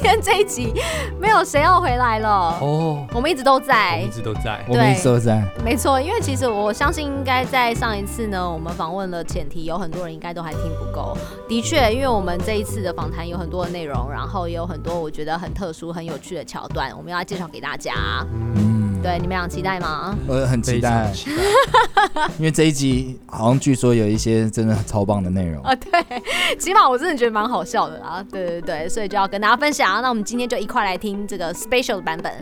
天这一集没有谁要回来了哦，我们一直都在， 我们一直都在， 没错。因为其实我相信，应该在上一次呢，我们访问了前提，有很多人应该都还听不够。的确，因为我们这一次的访谈有很多的内容，然后也有很多我觉得很特殊、很有趣的桥段，我们要介绍给大家。对，你们俩期待吗？ 我很期待，因为这一集好像据说有一些真的超棒的内容啊，对，起码我真的觉得蛮好笑的啦，对，所以就要跟大家分享。那我们今天就一块来听这个 special 的版本。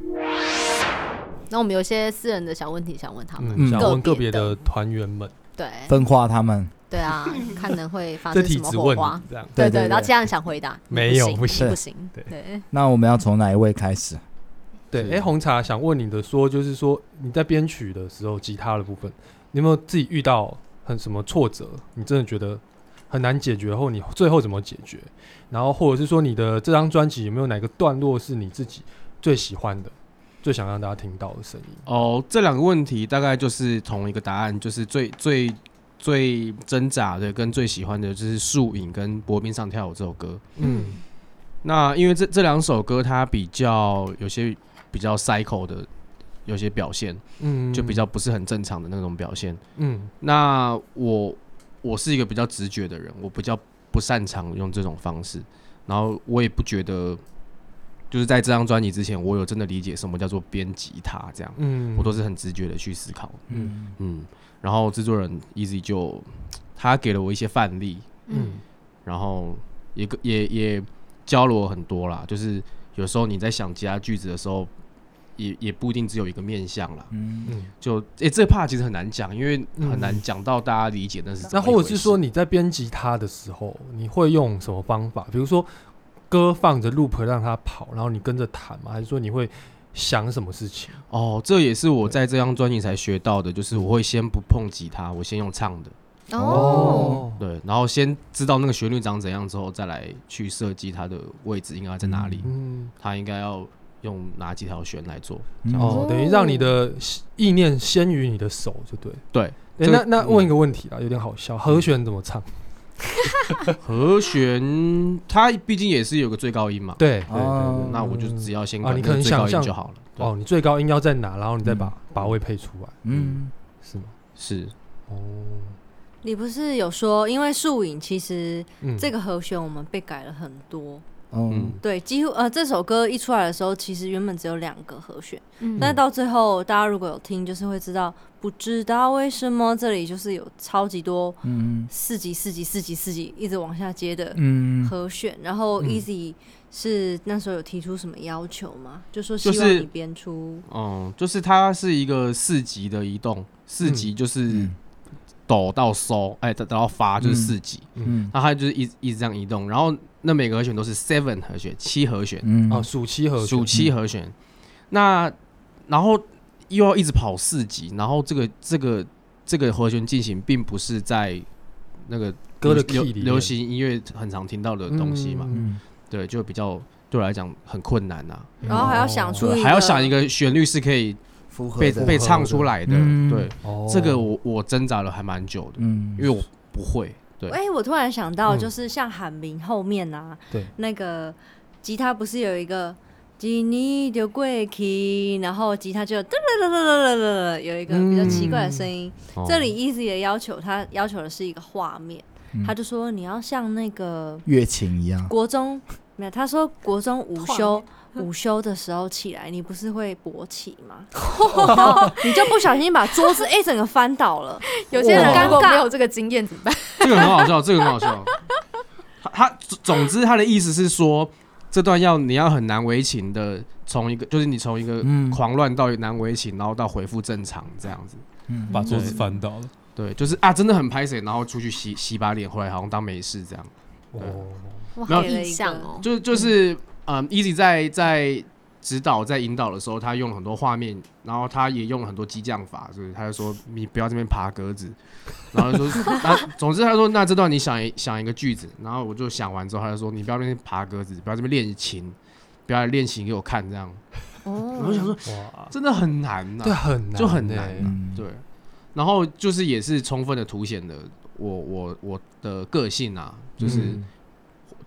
那我们有些私人的小问题想问他们， 想问个别的团员们， 对， 分化他们。 对啊，看能会发生什么火花？ 对， 然后其他人想回答， 没有，不行。 对， 那我们要从哪一位开始？ 对，红茶想问你的就是说你在编曲的时候，吉他的部分，你有没有自己遇到什么挫折？你真的觉得很难解决后，你最后怎么解决？然后或者是说你的这张专辑有没有哪个段落是你自己最喜欢的，最想让大家听到的声音？ 哦，这两个问题大概就是同一个答案，就是最挣扎的跟最喜欢的就是《树影》跟《薄冰上跳舞》这首歌。那因为这两首歌它有些比较 cycle 的有些表现，就比较不是很正常的那种表现。那我是一个比较直觉的人，我比较不擅长用这种方式，然后我也不觉得，就是在这张专辑之前，我有真的理解什么叫做编吉他这样，我都是很直觉的去思考，然后制作人 Easy 他给了我一些范例，然后也教了我很多啦，就是有时候你在想其他句子的时候，也不一定只有一个面向啦。这 part 其实很难讲，因为很难讲到大家理解那是怎么一回事。 那或者是说你在编吉他的时候，你会用什么方法？比如说歌放着 loop 让它跑，然后你跟着弹吗？还是说你会想什么事情？ 哦，这也是我在这张专辑才学到的，就是我会先不碰吉他，我先用唱的。对，然后先知道那个旋律长怎样之后，再来去设计它的位置应该在哪里，它应该要用哪几条弦来做。 等于让你的意念先于你的手，就对。那问一个问题啦，有点好笑，和弦怎么唱？ 和弦它毕竟也是有个最高音嘛， 对， 那我就只要先管你可能想象就好了。 你最高音要在哪，然后你再把位配出来。是吗？ 是。 你不是有说，因为树影其实这个和弦我们被改了很多。对，几乎这首歌一出来的时候，其实原本只有2个和弦，但到最后大家如果有听，就是会知道，不知道为什么这里就是有超级多4级、4级、4级、4级一直往下接的和弦。然后 Easy 是那时候有提出什么要求吗？就说希望你编出， 就是它是一个4级的移动，4级就是哆到嗦，到发就是4级，那它就是一直这样移动，然后那每个和弦都是7和弦，7和弦， 属7和弦， 属7和弦。那然后又要一直跑4级，然后这个和弦进行，并不是在那个歌的 key 里流行音乐很常听到的东西嘛，对，就比较对我来讲很困难呐。 然后还要想出还要想一个旋律是可以被唱出来的，对，这个我挣扎了还蛮久的，因为我不会。对， 我突然想到，就是像喊名后面啊，那个吉他不是有一个吉你就过去，然后吉他就有一个比较奇怪的声音。这里 Easy 的要求，他要求的是一个画面，他就说你要像那个乐琴一样， 国中没有，他说国中午休的时候起来，你不是会勃起吗？你就不小心把桌子整个翻倒了。有些人如果没有这个经验怎么办？ 这个很好笑，这个很好笑。总之他的意思是说，这段你要很难为情的，就是你从一个狂乱到难为情，然后到恢复正常这样子， 把桌子翻倒了。 对，就是真的很拍谁，然后出去洗把脸，回来好像当没事这样。 哇，好有印象哦。 就是Easy 在指导在引导的时候，他用了很多画面，然后他也用了很多激将法，所以他就说你不要这边爬格子，然后就说总之他说那这段你想一个句子，然后我就想完之后他就说你不要这边爬格子，不要这边练琴，不要练琴给我看这样。我就想说真的很难啊， 对，很难， 就很难对。然后就是也是充分的凸显了我的个性啊，就是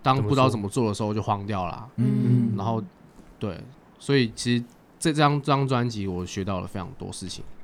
当不知道怎么做的时候就慌掉了。然后对，所以其实这张专辑我学到了非常多事情。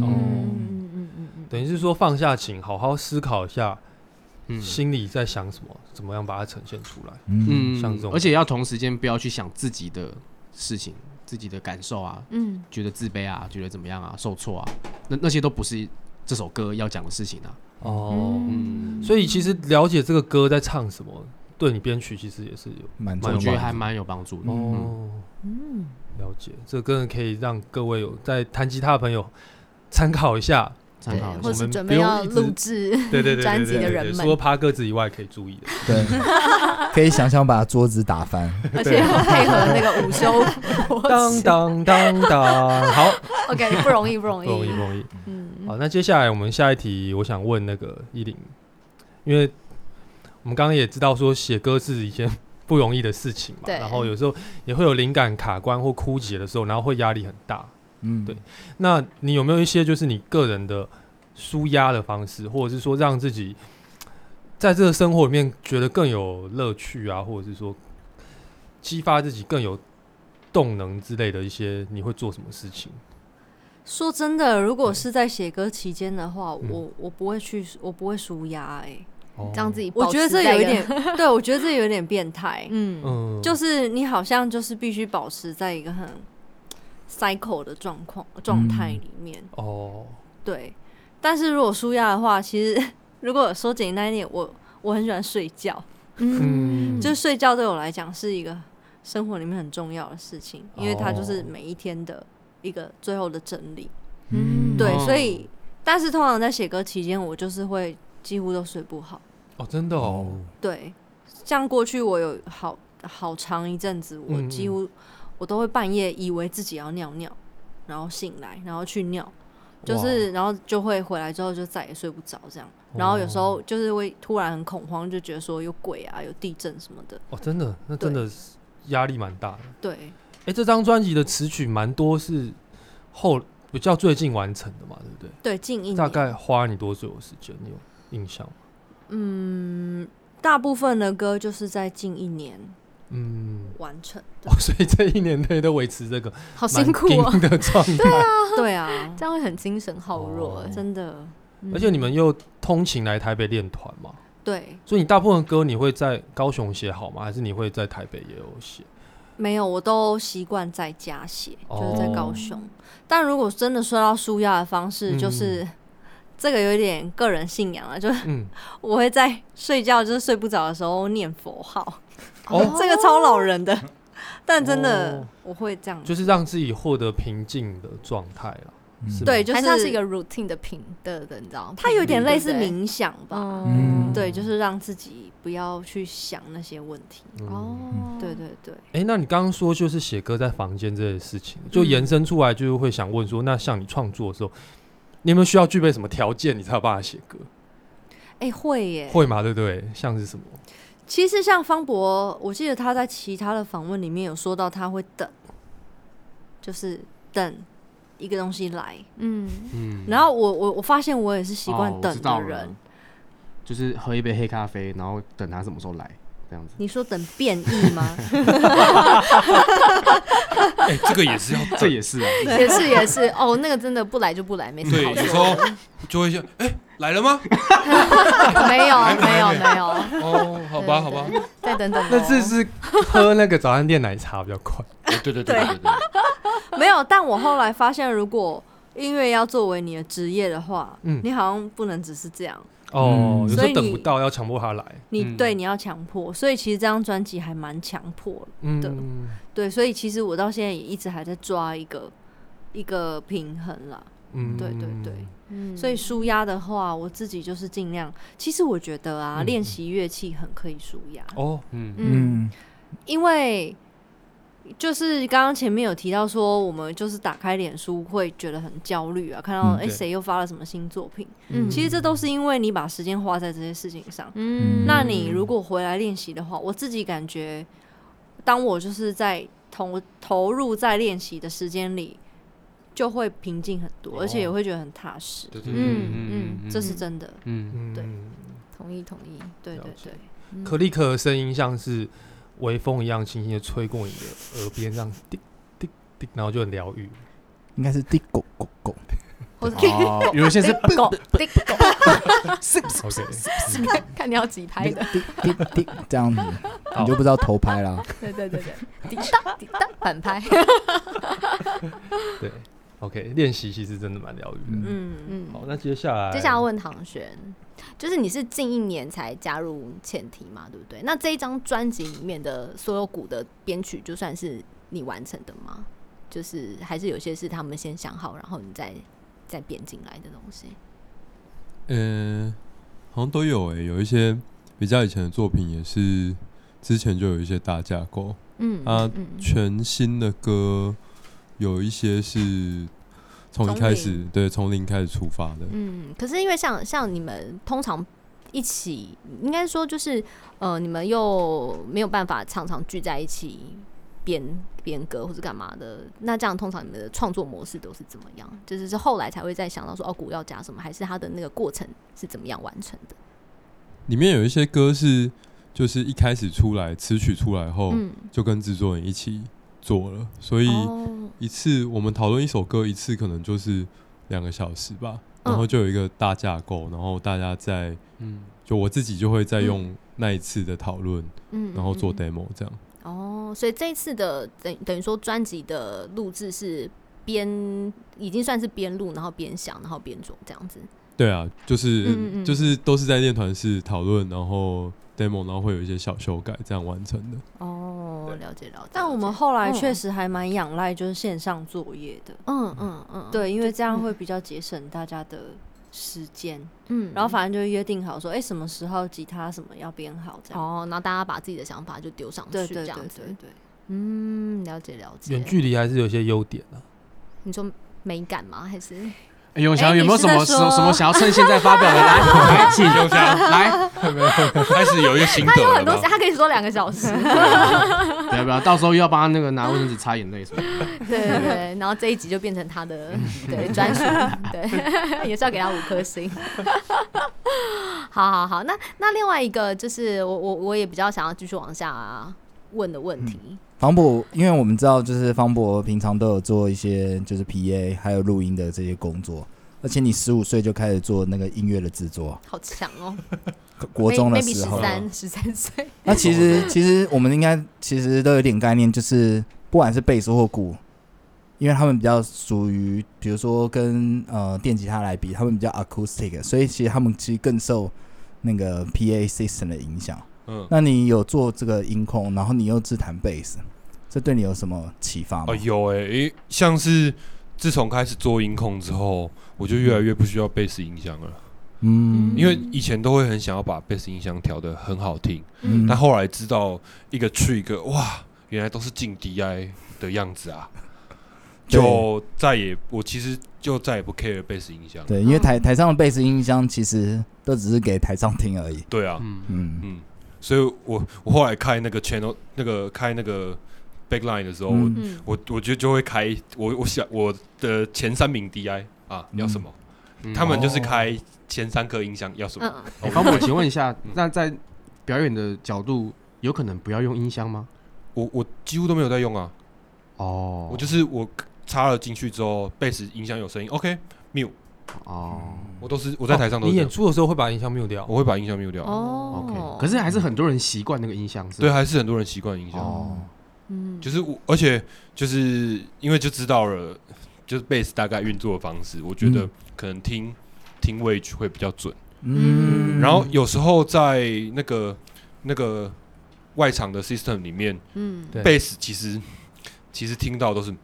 等于是说放下琴，好好思考一下，心里在想什么，怎么样把它呈现出来。像这种， 而且要同时间不要去想自己的事情、自己的感受啊，觉得自卑啊，觉得怎么样啊，受挫啊，那些都不是这首歌要讲的事情啊。 所以其实了解这个歌在唱什么，对你编曲其实也是我觉得还蛮有帮助的。 了解，这个可以让各位有在弹吉他的朋友参考一下， 或是准备要录制专辑的人们， 除了趴鸽子以外可以注意的。 对，可以想想把桌子打翻， 而且要配合那个午休当当当当，好 ，OK， 不容易。 好，那接下来我们下一题，我想问那个依林，因为我们刚刚也知道说写歌是一件不容易的事情嘛，然后有时候也会有灵感卡关或枯竭的时候，然后会压力很大。对。那你有没有一些就是你个人的抒压的方式，或者是说让自己在这个生活里面觉得更有乐趣啊，或者是说激发自己更有动能之类的一些，你会做什么事情？ 说真的，如果是在写歌期间的话，我不会抒压让自己我觉得这有一点对，我觉得这有点变态。就是你好像就是必须保持在一个很 cycle 的状态里面。对。但是如果抒压的话，其实如果说简单一点，我很喜欢睡觉。就是睡觉对我来讲是一个生活里面很重要的事情，因为它就是每一天的一个最后的整理。对，所以但是通常在写歌期间，我就是会几乎都睡不好。 真的哦。 对，像过去我有好长一阵子，我几乎我都会半夜以为自己要尿尿，然后醒来，然后去尿，就是然后就会回来之后就再也睡不着这样。然后有时候就是会突然很恐慌，就觉得说有鬼啊，有地震什么的。 真的，那真的压力蛮大的。 对。 这张专辑的词曲蛮多是比较最近完成的嘛，对不对？ 对，近1年。 大概花你多久的时间？你有印象吗？ 大部分的歌就是在近1年完成的。 所以这1年内都维持这个好辛苦的状态。 对啊， 这样会很精神耗弱。 真的。 而且你们又通勤来台北练团嘛？ 对。 所以你大部分歌你会在高雄写好吗？还是你会在台北也有写？ 没有，我都习惯在家写，就是在高雄。但如果真的说到抒压的方式，就是这个有点个人信仰了，就是我会在睡觉就是睡不着的时候念佛号。这个超老人的，但真的我会这样， 就是让自己获得平静的状态啦。 对，就是它是一个 routine 的你知道， 它有点类似冥想吧。对，就是让自己不要去想那些问题。对对对。 那你刚刚说就是写歌在房间这些事情，就延伸出来，就是会想问说，那像你创作的时候，你有没有需要具备什么条件，你才有办法写歌？ 会耶。 会嘛，对不对？像是什么？ 其实像方博，我记得他在其他的访问里面有说到，他会等，就是等一个东西来。然后我发现我也是习惯等的人， 就是喝一杯黑咖啡，然后等他什么时候来这样子。 你说等变异吗？ 这个也是要， 这也是啊， 也是那个真的不来就不来，没什么好说。 有时候就会想，来了吗？ 没有。 好吧。 再等等。 那这是喝那个早餐店奶茶比较快。 对。 没有，但我后来发现，如果音乐要作为你的职业的话，你好像不能只是这样。 有时候等不到，要强迫他来。 你要强迫，所以其实这张专辑还蛮强迫的。对，所以其实我到现在也一直还在抓一个平衡啦。对对对。所以抒压的话，我自己就是尽量。其实我觉得啊，练习乐器很可以抒压。因为就是刚刚前面有提到说，我们就是打开脸书会觉得很焦虑啊，看到谁又发了什么新作品。其实这都是因为你把时间花在这些事情上。那你如果回来练习的话，我自己感觉，当我就是在投入在练习的时间里，就会平静很多，而且也会觉得很踏实。这是真的。对， 同意。 对对对。 可立克的声音像是微风一样轻轻的吹过你的耳边，这样滴滴滴，然后就很疗愈。 应该是滴咕咕咕。 有一些是狗， OK， 看你要几拍的， 滴滴这样子，你就不知道头拍啦。 对，滴答滴答反拍。 对 ，OK， 练习其实真的蛮疗愈的。好，那接下来问唐璇，就是你是近1年才加入前提嘛，对不对？那这一张专辑里面的所有鼓的编曲，就算是你完成的吗？就是还是有些是他们先想好，然后你再编进来的东西。 好像都有有一些比较以前的作品也是之前就有一些大架构，全新的歌有一些是从一开始从零开始出发的。 可是因为像你们通常一起，应该说就是你们又没有办法常常聚在一起编歌或是干嘛的，那这样通常你们的创作模式都是怎么样？就是后来才会再想到说鼓要加什么，还是它的那个过程是怎么样完成的？ 里面有一些歌是就是一开始出来词曲出来后，就跟制作人一起做了，所以一次我们讨论一首歌一次可能就是2个小时吧，然后就有一个大架构，然后大家在就我自己就会再用那一次的讨论，然后做 demo 这样。 所以这一次的等于说专辑的录制是已经算是边录，然后边想，然后边做这样子。 对啊，就是都是在练团室讨论，然后 demo， 然后会有一些小修改，这样完成的。 了解。 但我们后来确实还蛮仰赖就是线上作业的。对，因为这样会比较节省大家的时间。然后反正就约定好说，什么时候吉他什么要编好这样。 然后大家把自己的想法就丢上去，这样子。 对， 了解。 远距离还是有一些优点啊。 你说美感吗？还是？ 永祥有没有什么想要趁现在发表的？来，请永祥来， 开始有一个心得了。 他有很多事，他可以说2个小时。 不要，到时候又要帮他那个拿卫生纸擦眼泪什么的。 对，然后这一集就变成他的专属，对，也是要给他5颗星。好，那另外一个就是我也比较想要继续往下问的问题。 方博，因为我们知道，就是方博平常都有做一些就是 PA 还有录音的这些工作，而且你15岁就开始做那个音乐的制作， 好强哦！ 国中的时候 13岁。 那其实我们应该其实都有点概念，就是不管是贝斯或鼓，因为他们比较属于，比如说跟电吉他来比，他们比较 acoustic， 所以其实他们其实更受那个 PA system 的影响。那你有做这个音控，然后你又自弹贝斯，这对你有什么启发吗？ 有像是自从开始做音控之后，我就越来越不需要贝斯音箱了。因为以前都会很想要把贝斯音箱调得很好听，但后来知道一个 trick， 哇，原来都是进 DI 的样子啊，我其实就再也不 care 贝斯音箱。 对，因为台上的贝斯音箱其实都只是给台上听而已。 对啊，所以我后来开那个 channel， 开那个 backline 的时候，我觉得就会开我想我的前3名 DI 要什么，他们就是开前3颗音箱要什么。 方博，请问一下，那在表演的角度，有可能不要用音箱吗？ 我几乎都没有在用啊。我就是我插了进去之后，贝斯音箱有声音 ，OK mute。我在台上都是你演出的时候会把音箱 mute 掉？ 我会把音箱 mute 掉。 OK， 可是还是很多人习惯那个音箱， 对，还是很多人习惯音箱。就是而且就是因为就知道了，就是贝斯大概运作的方式，我觉得可能听 wedge 会比较准。然后有时候在那个外场的 system 里面，贝斯其实听到都是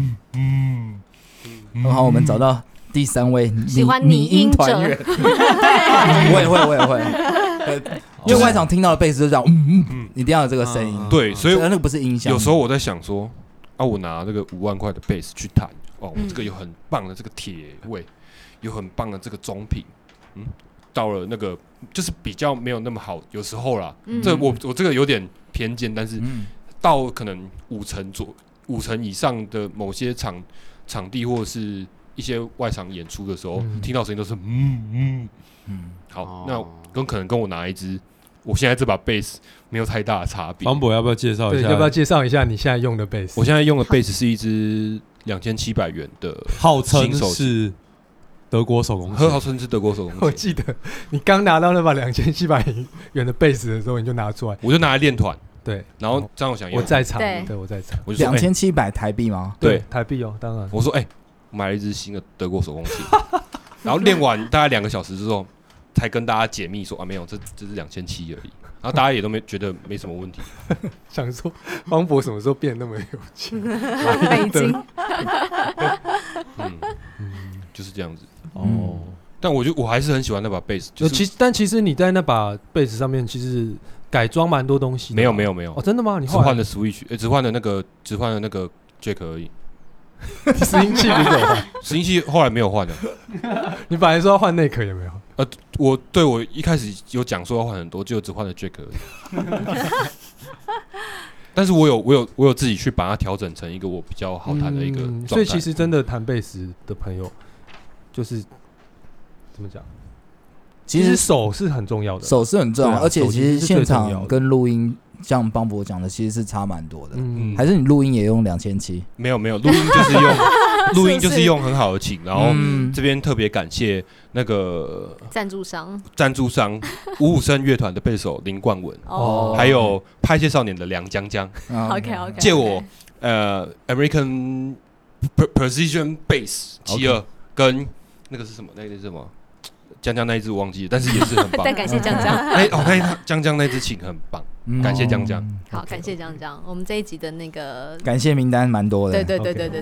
好，我们找到第3位喜欢拟音团员，我也会，因为外场听到的贝斯就这样，一定要有这个声音。 对，所以那个不是音箱。 有时候我在想说，我拿这个5万块的贝斯去弹，我这个有很棒的这个铁位，有很棒的这个中频，到了那个就是比较没有那么好，有时候啦，我这个有点偏见，但是到可能5成以上的某些场地或者是一些外场演出的时候，听到声音都是好，那可能跟我拿一支我现在这把贝斯没有太大的差别。 方博要不要介绍一下？ 要不要介绍一下你现在用的贝斯？ 我现在用的贝斯是一支2700元的， 号称是德国手工琴， 号称是德国手工琴。 我记得你刚拿到那把2700元的贝斯的时候，你就拿出来， 我就拿来练团。 对， 然后张友祥我在场，对，我在场。 我就说 2700台币吗？ 对， 台币哦，当然。 我说我买了一支新的德国手工琴，然后练完大概2个小时之后，才跟大家解密说没有，这是2700而已。然后大家也都觉得没什么问题。 想说方博什么时候变得那么有钱？ 美金。 就是这样子。哦。但我还是很喜欢那把贝斯。 其实你在那把贝斯上面其实改装蛮多东西的。 没有。 哦，真的吗？你只换了 Switch， 只换了那个 Jack 而已。 拾音器不是有换？ 拾音器后来没有换的。 你本来说要换内壳，有没有？ 我一开始有讲说要换很多，就只换了 Jack 而已。但是我有自己去把它调整成一个我比较好弹的一个状态。 所以其实真的弹贝斯的朋友，就是怎么讲？其实手是很重要的， 手是很重要，而且其实现场跟录音，像邦博讲的，其实是差蛮多的。还是你录音也用2700？ 没有，录音就是用很好的琴，然后这边特别感谢那个赞助商 55声乐团的贝手林冠文，还有拍谢少年的梁江江 ，OK， 借我American Precision Bass 72跟那个是什么？那个是什么？江江那一支我忘记了，但是也是很棒。 但感谢江江。 江江那支琴很棒，感谢江江。 好，感谢江江。我们这一集的那个感谢名单蛮多的。 对。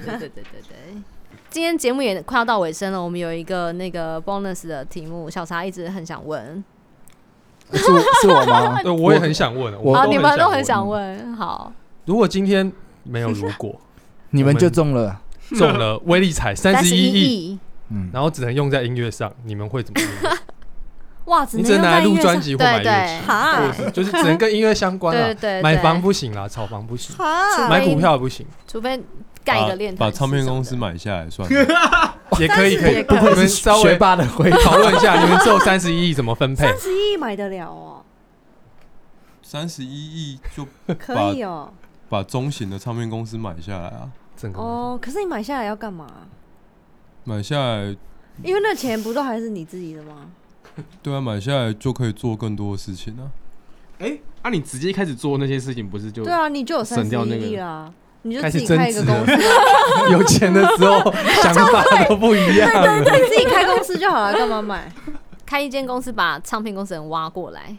今天节目也快要到尾声了，我们有一个那个 bonus 的题目，小茶一直很想问。 是我吗？ 我也很想问。 你们都很想问。好， 如果今天没有如果， 你们就中了威力彩31亿。 然后只能用在音乐上，你们会怎么用？ 哇， 你只能拿来录专辑或买乐器， 就是只能跟音乐相关了。 对， 买房不行啦，炒房不行，买股票也不行， 除非盖一个练团， 把唱片公司买下来算了， 也可以。 不愧是学霸的回答， 讨论一下，你们只有31亿怎么分配 ？31亿买得了哦 ？31亿就可以哦， 把中型的唱片公司买下来啊。 可是你买下来要干嘛？ 买下来， 因为那钱不都还是你自己的吗？ 对啊，买下来就可以做更多的事情啊。 你直接开始做那些事情，不是就对啊，你就有31亿啦，你就自己开一个公司。 有钱的时候想法都不一样了。 对，自己开公司就好了，干嘛买？ 开一间公司，把唱片公司人挖过来。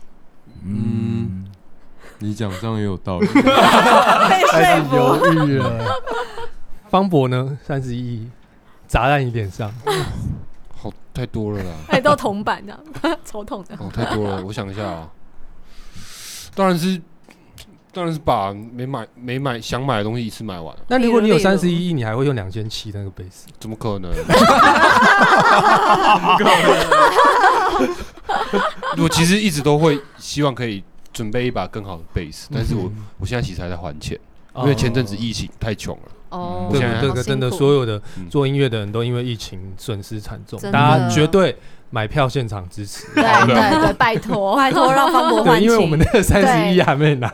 你讲这样也有道理。 开始犹豫了。方博呢？31亿。砸在你脸上， 好太多了啦！ 都铜板的，超痛的。 太多了，我想一下啊，当然是把没买想买的东西一次买完。 那如果你有31亿，你还会用2700那个贝斯？ 怎么可能？我其实一直都会希望可以准备一把更好的贝斯，但是我现在其实还在还钱，因为前阵子疫情太穷了。 这个真的，所有的做音乐的人都因为疫情损失惨重，大家绝对买票现场支持。 对，拜托让方博还钱， 因为我们那个31亿还没拿。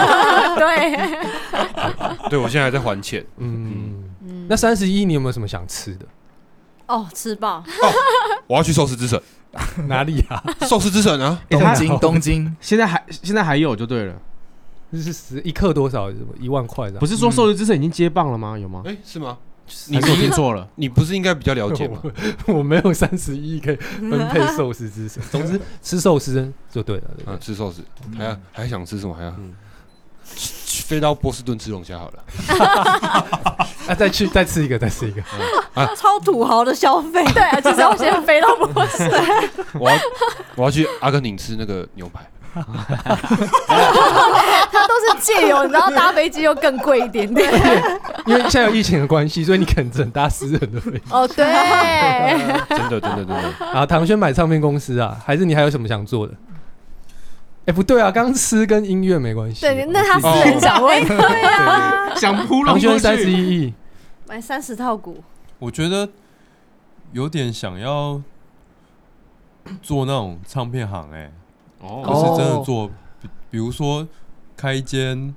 对，我现在还在还钱。 那31亿你有没有什么想吃的？ 吃爆！ 我要去寿司之城。 哪里啊？ 寿司之城啊， 东京。 现在还有就对了。 是1克多少？1万块的？ 不是说寿司之城已经接棒了吗？有吗？ 是吗？ 你听错了， 你不是应该比较了解吗？ 我没有31亿可以分配寿司之城。总之吃寿司就对了。 吃寿司，还想吃什么？还要飞到波士顿吃龙虾好了。 再吃一个。 超土豪的消费。 对啊，其实我先飞到波士顿。 我要去阿根廷吃那个牛排。 它都是借由，你知道搭飞机又更贵一点点。 因为现在有疫情的关系，所以你可能只能搭私人的飞机。 对。 真的。 然后唐轩买唱片公司啊，还是你还有什么想做的？不对啊，刚刚吃跟音乐没关系。 对，那他私人想问。 对啊， 想扑龙过去。唐轩31亿买30套股。 我觉得有点想要做那种唱片行就是真的做，比如说开一间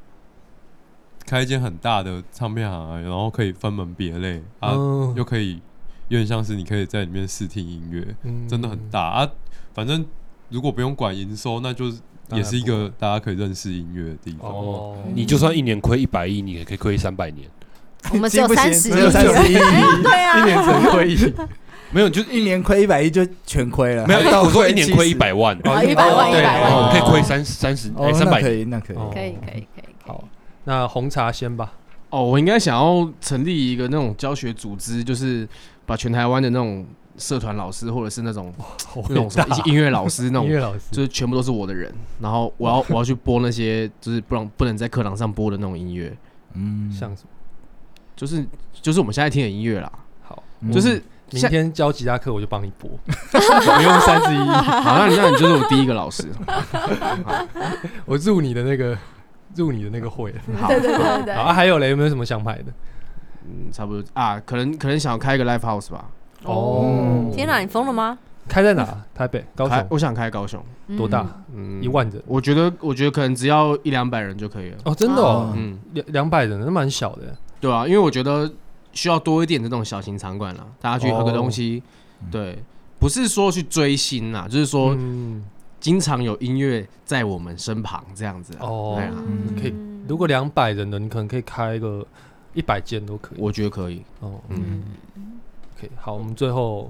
很大的唱片行，然后可以分门别类又可以有点像是你可以在里面试听音乐，真的很大反正如果不用管营收，那就是也是一个大家可以认识音乐的地方。 你就算一年亏100亿，你也可以亏300年。 我们只有30亿， 对啊， 一年只能亏1亿， 没有，就是一年亏100亿就全亏了。 没有，我说一年亏100万 ，100万， 可以亏300年， 那可以。 好，那红茶先吧。 我应该想要成立一个那种教学组织，就是把全台湾的那种社团老师，或者是那种音乐老师那种，就是全部都是我的人。然后我要去播那些就是不能在课堂上播的那种音乐。 像什么？ 就是我们现在听的音乐啦。 好， 就是明天教吉他课我就帮你播，不用31亿。 好，那你就是我第一个老师。 我入你的那个会。 对。 好，还有嘞，有没有什么想拍的？ 差不多可能想开一个 live house 吧。 天哪，你疯了吗？ 开在哪？台北、高雄？ 我想开高雄。 多大？1万人。 我觉得可能只要100-200人就可以了。 真的200人那蛮小的。 对啊，因为我觉得需要多一点的这种小型场馆啦，大家去喝个东西。对，不是说去追星啦，就是说经常有音乐在我们身旁这样子。 可以。如果200人的，你可能可以开个100间都可以。 我觉得可以。 可以。好，我们最后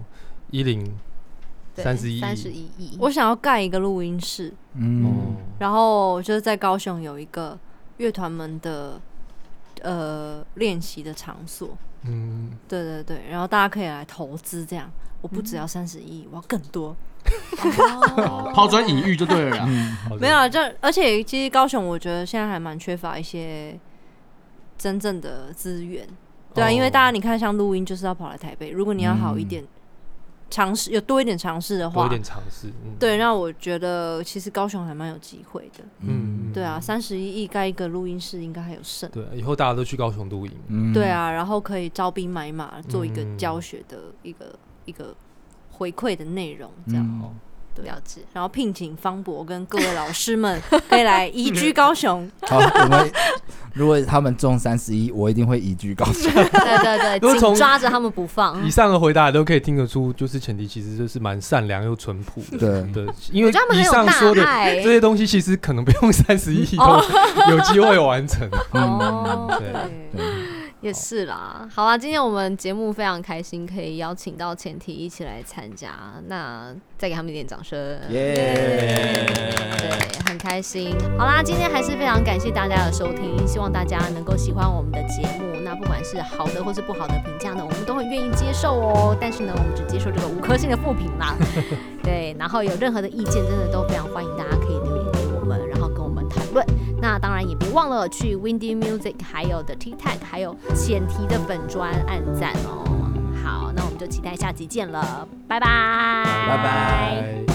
31 亿。 我想要盖一个录音室，然后就是在高雄有一个乐团们的练习的场所。对，然后大家可以来投资这样。我不只要31亿，我要更多。 抛砖引玉就对了啦。 没有而且其实高雄我觉得现在还蛮缺乏一些真正的资源。对啊，因为大家你看像录音就是要跑来台北，如果你要好一点尝试，有多一点尝试的话，对，那我觉得其实高雄还蛮有机会的。对啊，31亿盖一个录音室应该还有剩。 对，以后大家都去高雄录音。 对啊，然后可以招兵买马，做一个教学的一个回馈的内容，这样。 了解， 然后聘请方博跟各位老师们可以来移居高雄。 好，如果他们中31，我一定会移居高雄。 对，紧抓着他们不放。 以上的回答都可以听得出，就是前提其实就是蛮善良又淳朴的。对，因为以上说的这些东西，其实可能不用31亿都有机会完成。 对。也是啦，好啦，今天我们节目非常开心，可以邀请到前提一起来参加，那再给他们一点掌声，对，很开心。好啦，今天还是非常感谢大家的收听，希望大家能够喜欢我们的节目。那不管是好的或是不好的评价呢，我们都很愿意接受哦。但是呢，我们只接受这个5颗星的负评啦。对，然后有任何的意见，真的都非常欢迎大家可以留言给我们，然后跟我们谈论。那当然也别忘了去 Windy Music 还有的 TikTok 还有前提的粉专按赞哦。好，那我们就期待下集见了，拜拜， 拜拜。